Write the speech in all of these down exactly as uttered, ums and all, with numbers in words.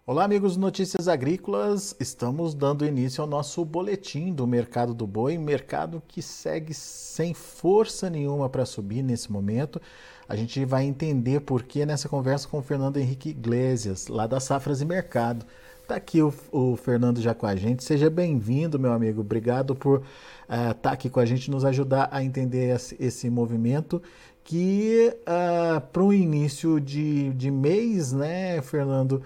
Olá, amigos do Notícias Agrícolas. Estamos dando início ao nosso boletim do mercado do boi, mercado que segue sem força nenhuma para subir nesse momento. A gente vai entender por que nessa conversa com o Fernando Henrique Iglesias, lá da Safras e Mercado. Está aqui o, o Fernando já com a gente. Seja bem-vindo, meu amigo. Obrigado por estar uh, tá aqui com a gente, nos ajudar a entender esse, esse movimento que uh, para o início de, de mês, né, Fernando,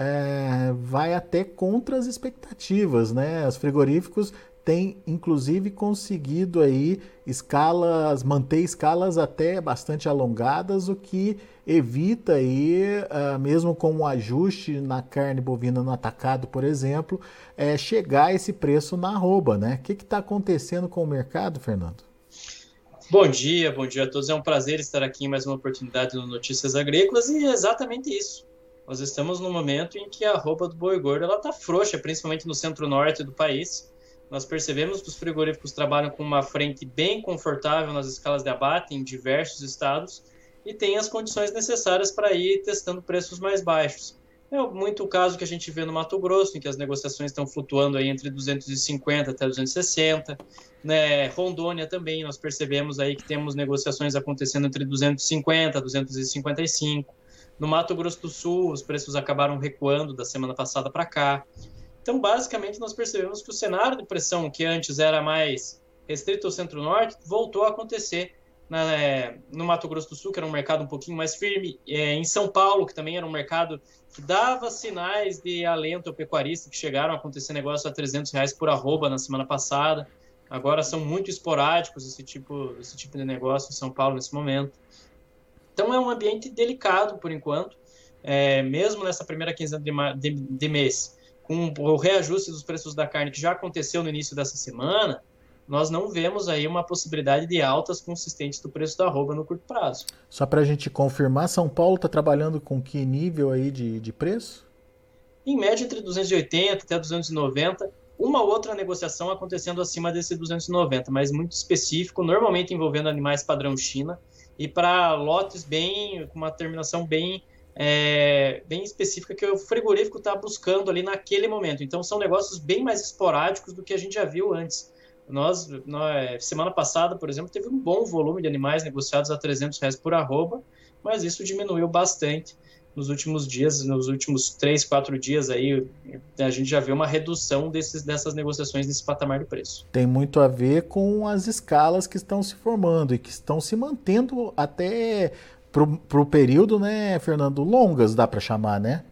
É, vai até contra as expectativas, né? Os frigoríficos têm, inclusive, conseguido aí escalas, manter escalas até bastante alongadas, o que evita aí, uh, mesmo com um ajuste na carne bovina no atacado, por exemplo, é, chegar a esse preço na arroba, né? O que está acontecendo com o mercado, Fernando? Bom dia, bom dia a todos. É um prazer estar aqui em mais uma oportunidade no Notícias Agrícolas e é exatamente isso. Nós estamos num momento em que a arroba do boi gordo está frouxa, principalmente no centro-norte do país. Nós percebemos que os frigoríficos trabalham com uma frente bem confortável nas escalas de abate em diversos estados e têm as condições necessárias para ir testando preços mais baixos. É muito o caso que a gente vê no Mato Grosso, em que as negociações estão flutuando aí entre duzentos e cinquenta até duzentos e sessenta. Né? Rondônia também, nós percebemos aí que temos negociações acontecendo entre duzentos e cinquenta a duzentos e cinquenta e cinco. No Mato Grosso do Sul, os preços acabaram recuando da semana passada para cá. Então, basicamente, nós percebemos que o cenário de pressão, que antes era mais restrito ao centro-norte, voltou a acontecer na, é, no Mato Grosso do Sul, que era um mercado um pouquinho mais firme, é, em São Paulo, que também era um mercado que dava sinais de alento ao pecuarista, que chegaram a acontecer negócio a trezentos reais por arroba na semana passada. Agora são muito esporádicos esse tipo, esse tipo de negócio em São Paulo nesse momento. Então, é um ambiente delicado, por enquanto, é, mesmo nessa primeira quinzena de, de, de mês, com o reajuste dos preços da carne que já aconteceu no início dessa semana, nós não vemos aí uma possibilidade de altas consistentes do preço da arroba no curto prazo. Só para a gente confirmar, São Paulo está trabalhando com que nível aí de, de preço? Em média, entre duzentos e oitenta até duzentos e noventa, uma outra negociação acontecendo acima desse duzentos e noventa, mas muito específico, normalmente envolvendo animais padrão China, e para lotes bem, com uma terminação bem, é, bem específica que o frigorífico está buscando ali naquele momento. Então, são negócios bem mais esporádicos do que a gente já viu antes. Nós, nós, semana passada, por exemplo, teve um bom volume de animais negociados a trezentos reais por arroba, mas isso diminuiu bastante nos últimos dias, nos últimos três, quatro dias aí, a gente já vê uma redução desses, dessas negociações nesse patamar de preço. Tem muito a ver com as escalas que estão se formando e que estão se mantendo até para o período, né, Fernando, longas, dá para chamar, né?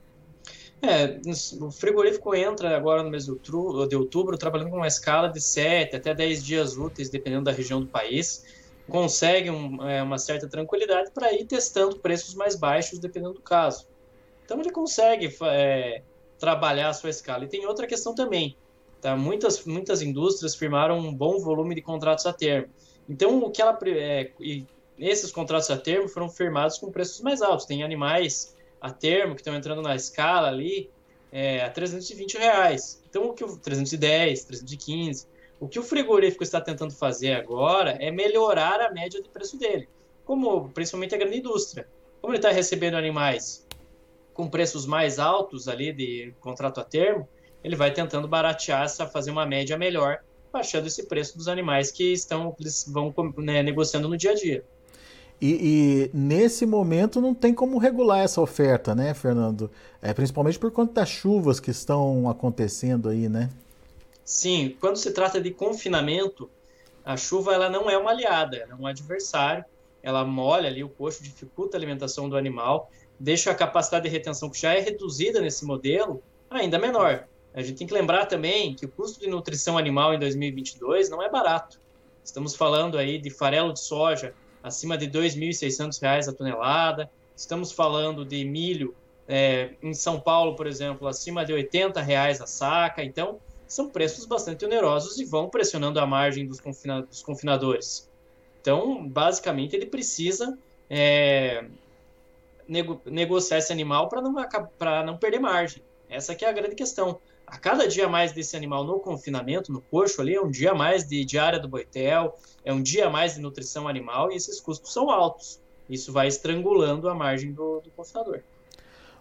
É, o frigorífico entra agora no mês de outubro, de outubro trabalhando com uma escala de sete até dez dias úteis, dependendo da região do país, consegue um, é, uma certa tranquilidade para ir testando preços mais baixos, dependendo do caso. Então, ele consegue é, trabalhar a sua escala. E tem outra questão também. Tá? Muitas, muitas indústrias firmaram um bom volume de contratos a termo. Então, o que ela, é, e esses contratos a termo foram firmados com preços mais altos. Tem animais a termo que estão entrando na escala ali é, a trezentos e vinte reais. Então, o que o trezentos e dez, trezentos e quinze... O que o frigorífico está tentando fazer agora é melhorar a média de preço dele, como principalmente a grande indústria. Como ele está recebendo animais com preços mais altos ali de contrato a termo, ele vai tentando baratear, essa, fazer uma média melhor, baixando esse preço dos animais que estão, eles vão né, negociando no dia a dia. E, e nesse momento não tem como regular essa oferta, né, Fernando? É, principalmente por conta das chuvas que estão acontecendo aí, né? Sim, quando se trata de confinamento, a chuva ela não é uma aliada, ela é um adversário. Ela molha ali o coxo, dificulta a alimentação do animal, deixa a capacidade de retenção, que já é reduzida nesse modelo, ainda menor. A gente tem que lembrar também que o custo de nutrição animal em dois mil e vinte e dois não é barato. Estamos falando aí de farelo de soja acima de dois mil e seiscentos reais a tonelada, estamos falando de milho é, em São Paulo, por exemplo, acima de oitenta reais a saca. Então, são preços bastante onerosos e vão pressionando a margem dos, confina- dos confinadores. Então, basicamente, ele precisa é, nego- negociar esse animal para não, para não perder margem. Essa que é a grande questão. A cada dia mais desse animal no confinamento, no coxo ali, é um dia mais de diária do boitel, é um dia mais de nutrição animal e esses custos são altos. Isso vai estrangulando a margem do, do confinador.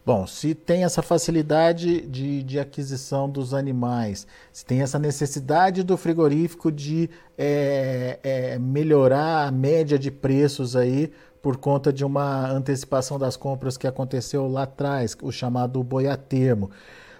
Bom, se tem essa facilidade de, de aquisição dos animais, se tem essa necessidade do frigorífico de é, é, melhorar a média de preços aí por conta de uma antecipação das compras que aconteceu lá atrás, o chamado boi a termo.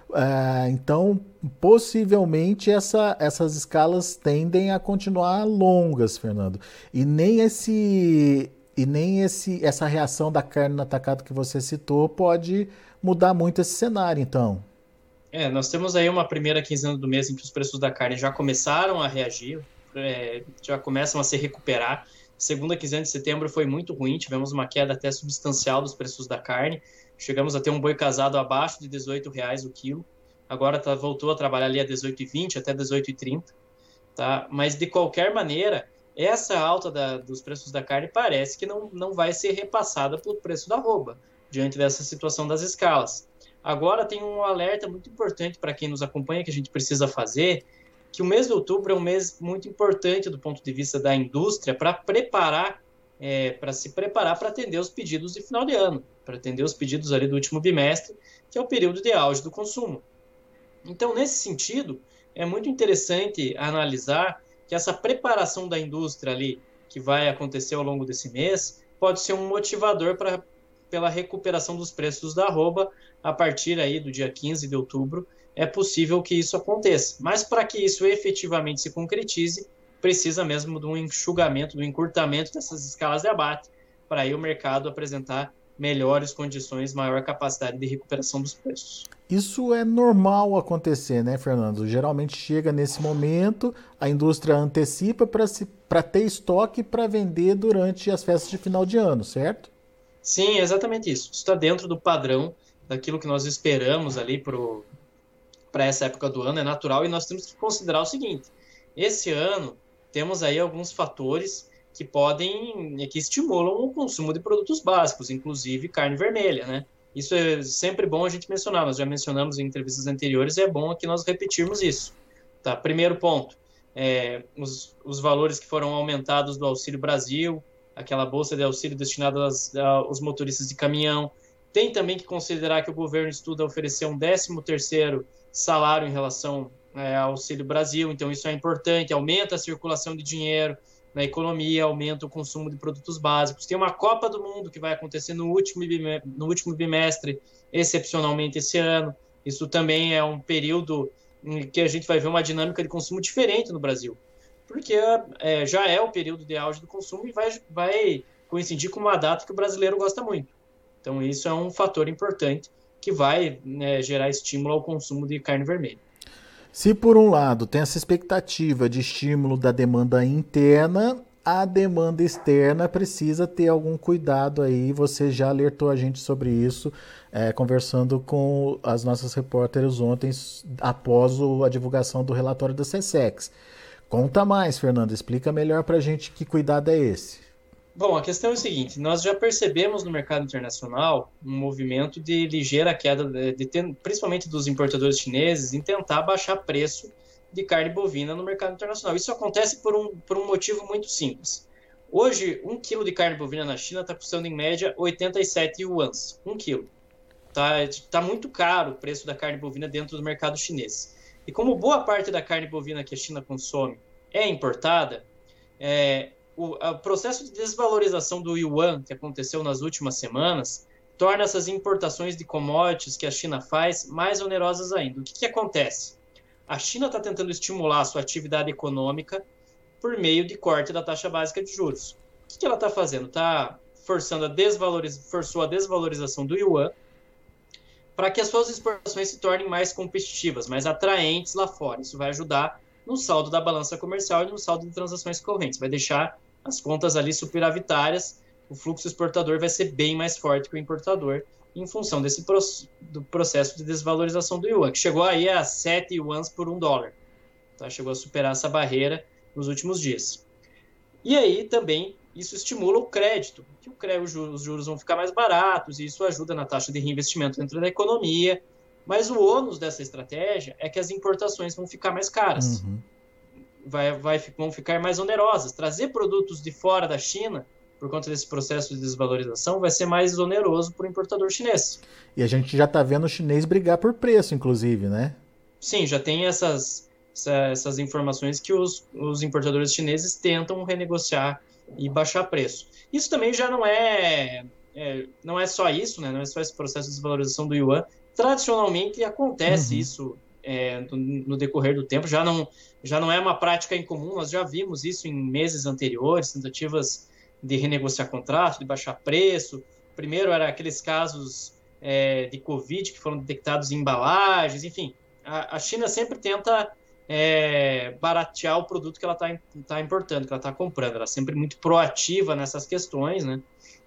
É, então, possivelmente essa, essas escalas tendem a continuar longas, Fernando. E nem esse e nem esse, essa reação da carne no atacado que você citou pode mudar muito esse cenário, então. É, nós temos aí uma primeira quinzena do mês em que os preços da carne já começaram a reagir, é, já começam a se recuperar. Segunda quinzena de setembro foi muito ruim, tivemos uma queda até substancial dos preços da carne. Chegamos a ter um boi casado abaixo de dezoito reais o quilo. Agora tá, voltou a trabalhar ali a dezoito e vinte até dezoito e trinta. Tá? Mas, de qualquer maneira, essa alta da, dos preços da carne parece que não, não vai ser repassada pelo preço da arroba, diante dessa situação das escalas. Agora tem um alerta muito importante para quem nos acompanha que a gente precisa fazer, que o mês de outubro é um mês muito importante do ponto de vista da indústria para preparar, é, para se preparar para atender os pedidos de final de ano, para atender os pedidos ali do último bimestre, que é o período de auge do consumo. Então, nesse sentido, é muito interessante analisar que essa preparação da indústria ali, que vai acontecer ao longo desse mês, pode ser um motivador para pela recuperação dos preços da arroba a partir aí do dia quinze de outubro. É possível que isso aconteça. Mas para que isso efetivamente se concretize, precisa mesmo de um enxugamento, do encurtamento dessas escalas de abate, para aí o mercado apresentar melhores condições, maior capacidade de recuperação dos preços. Isso é normal acontecer, né, Fernando? Geralmente chega nesse momento, a indústria antecipa para ter estoque para vender durante as festas de final de ano, certo? Sim, exatamente isso. Isso está dentro do padrão daquilo que nós esperamos ali para essa época do ano, é natural, e nós temos que considerar o seguinte: esse ano temos aí alguns fatores que podem, que estimulam o consumo de produtos básicos, inclusive carne vermelha, né? Isso é sempre bom a gente mencionar, nós já mencionamos em entrevistas anteriores, e é bom aqui nós repetirmos isso. Tá? Primeiro ponto, é, os, os valores que foram aumentados do Auxílio Brasil, aquela bolsa de auxílio destinada aos, aos motoristas de caminhão. Tem também que considerar que o governo estuda oferecer um décimo terceiro salário em relação é, ao Auxílio Brasil, então isso é importante, aumenta a circulação de dinheiro na economia, aumenta o consumo de produtos básicos. Tem uma Copa do Mundo que vai acontecer no último bimestre, no último bimestre, excepcionalmente esse ano. Isso também é um período em que a gente vai ver uma dinâmica de consumo diferente no Brasil, porque é, já é o período de auge do consumo e vai, vai coincidir com uma data que o brasileiro gosta muito. Então isso é um fator importante que vai, né, gerar estímulo ao consumo de carne vermelha. Se por um lado tem essa expectativa de estímulo da demanda interna, a demanda externa precisa ter algum cuidado aí. Você já alertou a gente sobre isso, é, conversando com as nossas repórteres ontem, após a divulgação do relatório da SESEX. Conta mais, Fernando, explica melhor para a gente que cuidado é esse. Bom, a questão é o seguinte: nós já percebemos no mercado internacional um movimento de ligeira queda, de, de, principalmente dos importadores chineses, em tentar baixar preço de carne bovina no mercado internacional. Isso acontece por um, por um motivo muito simples. Hoje, um quilo de carne bovina na China está custando em média oitenta e sete yuans, um quilo. Tá, tá muito caro o preço da carne bovina dentro do mercado chinês. E como boa parte da carne bovina que a China consome é importada, é, o, o processo de desvalorização do yuan que aconteceu nas últimas semanas torna essas importações de commodities que a China faz mais onerosas ainda. O que, que acontece? A China está tentando estimular a sua atividade econômica por meio de corte da taxa básica de juros. O que, que ela está fazendo? Está forçando a desvaloriza... forçou a desvalorização do yuan para que as suas exportações se tornem mais competitivas, mais atraentes lá fora. Isso vai ajudar no saldo da balança comercial e no saldo de transações correntes. Vai deixar as contas ali superavitárias, o fluxo exportador vai ser bem mais forte que o importador, em função desse pro, do processo de desvalorização do yuan, que chegou aí a sete yuans por um dólar. Tá? Chegou a superar essa barreira nos últimos dias. E aí também isso estimula o crédito, que o crédito, os juros vão ficar mais baratos, e isso ajuda na taxa de reinvestimento dentro da economia. Mas o ônus dessa estratégia é que as importações vão ficar mais caras, uhum. vai, vai, vão ficar mais onerosas. Trazer produtos de fora da China por conta desse processo de desvalorização, vai ser mais oneroso para o importador chinês. E a gente já está vendo o chinês brigar por preço, inclusive, né? Sim, já tem essas, essas informações que os, os importadores chineses tentam renegociar e baixar preço. Isso também já não é, é, não é só isso, né? Não é só esse processo de desvalorização do yuan. Tradicionalmente acontece uhum. isso é, no, no decorrer do tempo, já não, já não é uma prática incomum, nós já vimos isso em meses anteriores, tentativas de renegociar contrato, de baixar preço. Primeiro era aqueles casos é, de Covid que foram detectados em embalagens, enfim. A, a China sempre tenta é, baratear o produto que ela está tá importando, que ela está comprando. Ela é sempre muito proativa nessas questões, né?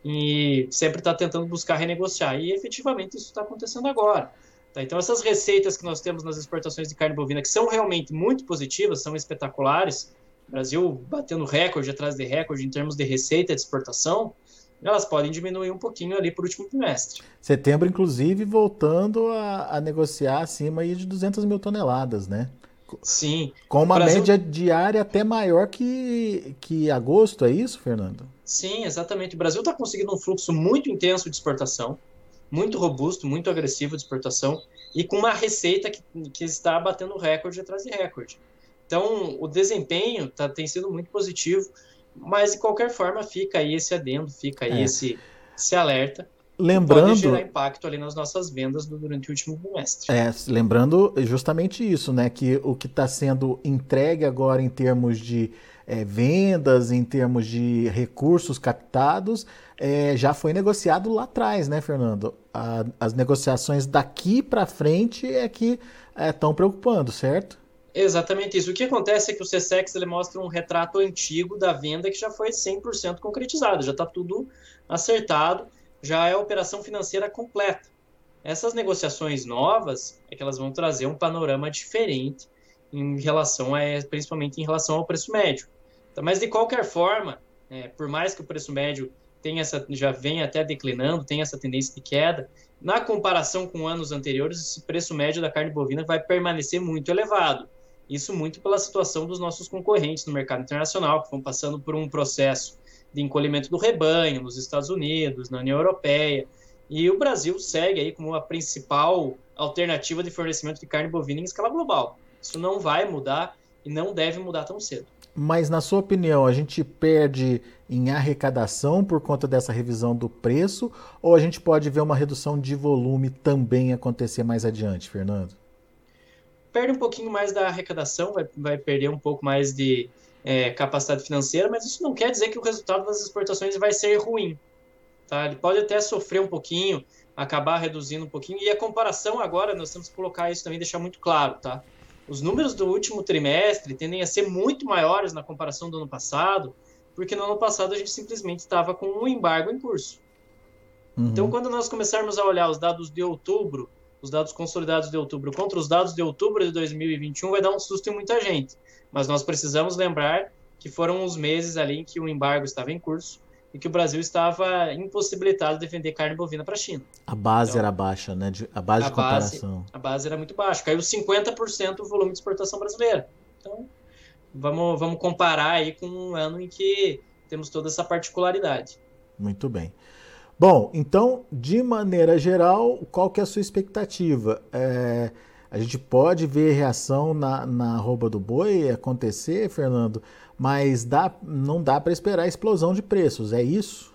E sempre está tentando buscar renegociar. E efetivamente isso está acontecendo agora. Tá? Então essas receitas que nós temos nas exportações de carne bovina, que são realmente muito positivas, são espetaculares, o Brasil batendo recorde atrás de recorde em termos de receita de exportação, elas podem diminuir um pouquinho ali para o último trimestre. Setembro, inclusive, voltando a, a negociar acima aí de duzentas mil toneladas, né? Sim. Com uma Brasil... média diária até maior que, que agosto, é isso, Fernando? Sim, exatamente. O Brasil está conseguindo um fluxo muito intenso de exportação, muito robusto, muito agressivo de exportação, e com uma receita que, que está batendo recorde atrás de recorde. Então, o desempenho tá, tem sido muito positivo, mas de qualquer forma fica aí esse adendo, fica aí é. esse, esse alerta. Lembrando, pode gerar impacto ali nas nossas vendas do, durante o último trimestre. É, lembrando justamente isso, né? Que o que está sendo entregue agora em termos de é, vendas, em termos de recursos captados, é, já foi negociado lá atrás, né, Fernando? A, as negociações daqui para frente é que estão é, preocupando, certo? Exatamente isso. O que acontece é que o CSEX ele mostra um retrato antigo da venda que já foi cem por cento concretizado, já está tudo acertado, já é a operação financeira completa. Essas negociações novas é que elas vão trazer um panorama diferente em relação a, principalmente em relação ao preço médio. Então, mas de qualquer forma, é, por mais que o preço médio tenha essa, já venha até declinando, tenha essa tendência de queda, na comparação com anos anteriores, esse preço médio da carne bovina vai permanecer muito elevado. Isso muito pela situação dos nossos concorrentes no mercado internacional, que vão passando por um processo de encolhimento do rebanho nos Estados Unidos, na União Europeia, e o Brasil segue aí como a principal alternativa de fornecimento de carne bovina em escala global. Isso não vai mudar e não deve mudar tão cedo. Mas, na sua opinião, a gente perde em arrecadação por conta dessa revisão do preço, ou a gente pode ver uma redução de volume também acontecer mais adiante, Fernando? Perde um pouquinho mais da arrecadação, vai, vai perder um pouco mais de é, capacidade financeira, mas isso não quer dizer que o resultado das exportações vai ser ruim. Tá? Ele pode até sofrer um pouquinho, acabar reduzindo um pouquinho, e a comparação agora, nós temos que colocar isso também, deixar muito claro, tá? Os números do último trimestre tendem a ser muito maiores na comparação do ano passado, porque no ano passado a gente simplesmente estava com um embargo em curso. Uhum. Então, quando nós começarmos a olhar os dados de outubro, os dados consolidados de outubro contra os dados de outubro de dois mil e vinte e um, vai dar um susto em muita gente. Mas nós precisamos lembrar que foram os meses ali em que o embargo estava em curso e que o Brasil estava impossibilitado de vender carne bovina para a China. A base então, era baixa, né? A base a de comparação. Base, a base era muito baixa. Caiu cinquenta por cento o volume de exportação brasileira. Então, vamos, vamos comparar aí com um ano em que temos toda essa particularidade. Muito bem. Bom, então, de maneira geral, qual que é a sua expectativa? É, a gente pode ver reação na, na arroba do boi acontecer, Fernando, mas dá, não dá para esperar a explosão de preços, é isso?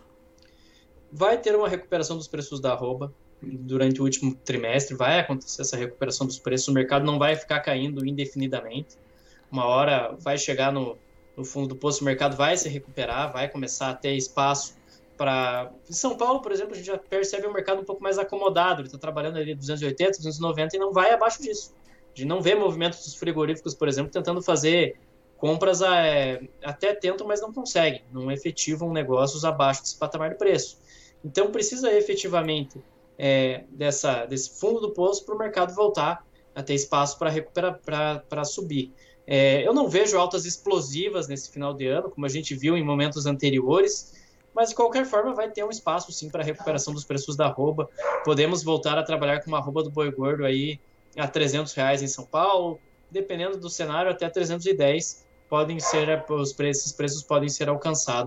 Vai ter uma recuperação dos preços da arroba durante o último trimestre, vai acontecer essa recuperação dos preços, o mercado não vai ficar caindo indefinidamente, uma hora vai chegar no, no fundo do poço, o mercado vai se recuperar, vai começar a ter espaço para... Em São Paulo, por exemplo, a gente já percebe um mercado um pouco mais acomodado, ele está trabalhando ali duzentos e oitenta, duzentos e noventa e não vai abaixo disso. A gente não vê movimentos dos frigoríficos, por exemplo, tentando fazer compras a, é, até tentam, mas não conseguem, não efetivam negócios abaixo desse patamar de preço. Então precisa efetivamente é, dessa, desse fundo do poço para o mercado voltar a ter espaço para recuperar, para subir. É, eu não vejo altas explosivas nesse final de ano, como a gente viu em momentos anteriores, mas de qualquer forma vai ter um espaço sim para a recuperação dos preços da arroba. Podemos voltar a trabalhar com uma arroba do boi gordo aí a trezentos reais em São Paulo, dependendo do cenário até trezentos e dez podem ser os preços, esses preços podem ser alcançados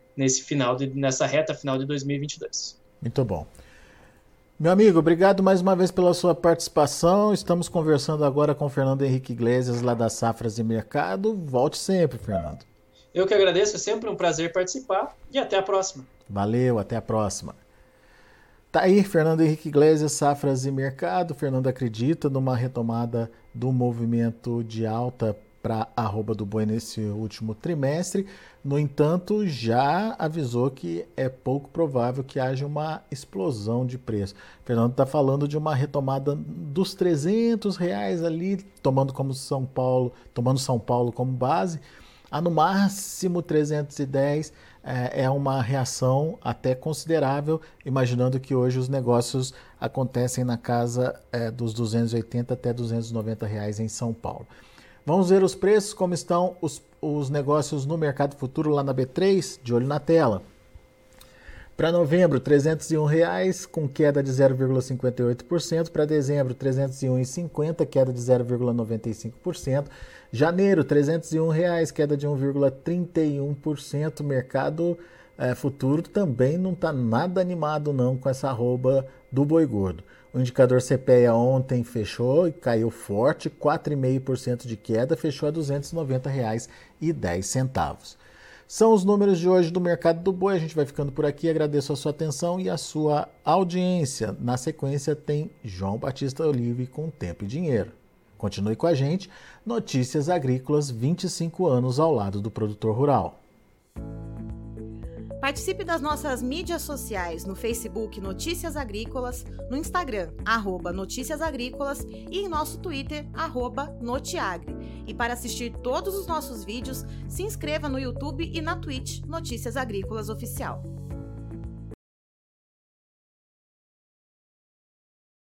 nesse final de, nessa reta final de dois mil e vinte e dois. Muito bom. Meu amigo, obrigado mais uma vez pela sua participação. Estamos conversando agora com o Fernando Henrique Iglesias, lá das Safras e Mercado. Volte sempre, Fernando. Eu que agradeço, é sempre um prazer participar e até a próxima. Valeu, até a próxima. Tá aí, Fernando Henrique Iglesias, Safras e Mercado. Fernando acredita numa retomada do movimento de alta para a arroba do boi nesse último trimestre. No entanto, já avisou que é pouco provável que haja uma explosão de preço. Fernando está falando de uma retomada dos trezentos reais ali, tomando como São Paulo, tomando São Paulo como base, a no máximo trezentos e dez. É, é uma reação até considerável, imaginando que hoje os negócios acontecem na casa é, dos duzentos e oitenta até duzentos e noventa reais em São Paulo. Vamos ver os preços, como estão os, os negócios no mercado futuro lá na B três, de olho na tela. Para novembro, trezentos e um reais, com queda de zero vírgula cinquenta e oito por cento. Para dezembro, trezentos e um reais e cinquenta centavos, queda de zero vírgula noventa e cinco por cento. Janeiro, trezentos e um reais, queda de um vírgula trinta e um por cento. Mercado é, futuro também não está nada animado não com essa arroba do boi gordo. O indicador C P E A ontem fechou e caiu forte, quatro vírgula cinco por cento de queda, fechou a duzentos e noventa reais e dez centavos. São os números de hoje do mercado do boi. A gente vai ficando por aqui. Agradeço a sua atenção e a sua audiência. Na sequência tem João Batista Olive com Tempo e Dinheiro. Continue com a gente. Notícias Agrícolas, vinte e cinco anos ao lado do produtor rural. Participe das nossas mídias sociais no Facebook Notícias Agrícolas, no Instagram, arroba Notícias Agrícolas e em nosso Twitter, arroba Notiagre. E para assistir todos os nossos vídeos, se inscreva no YouTube e na Twitch Notícias Agrícolas Oficial.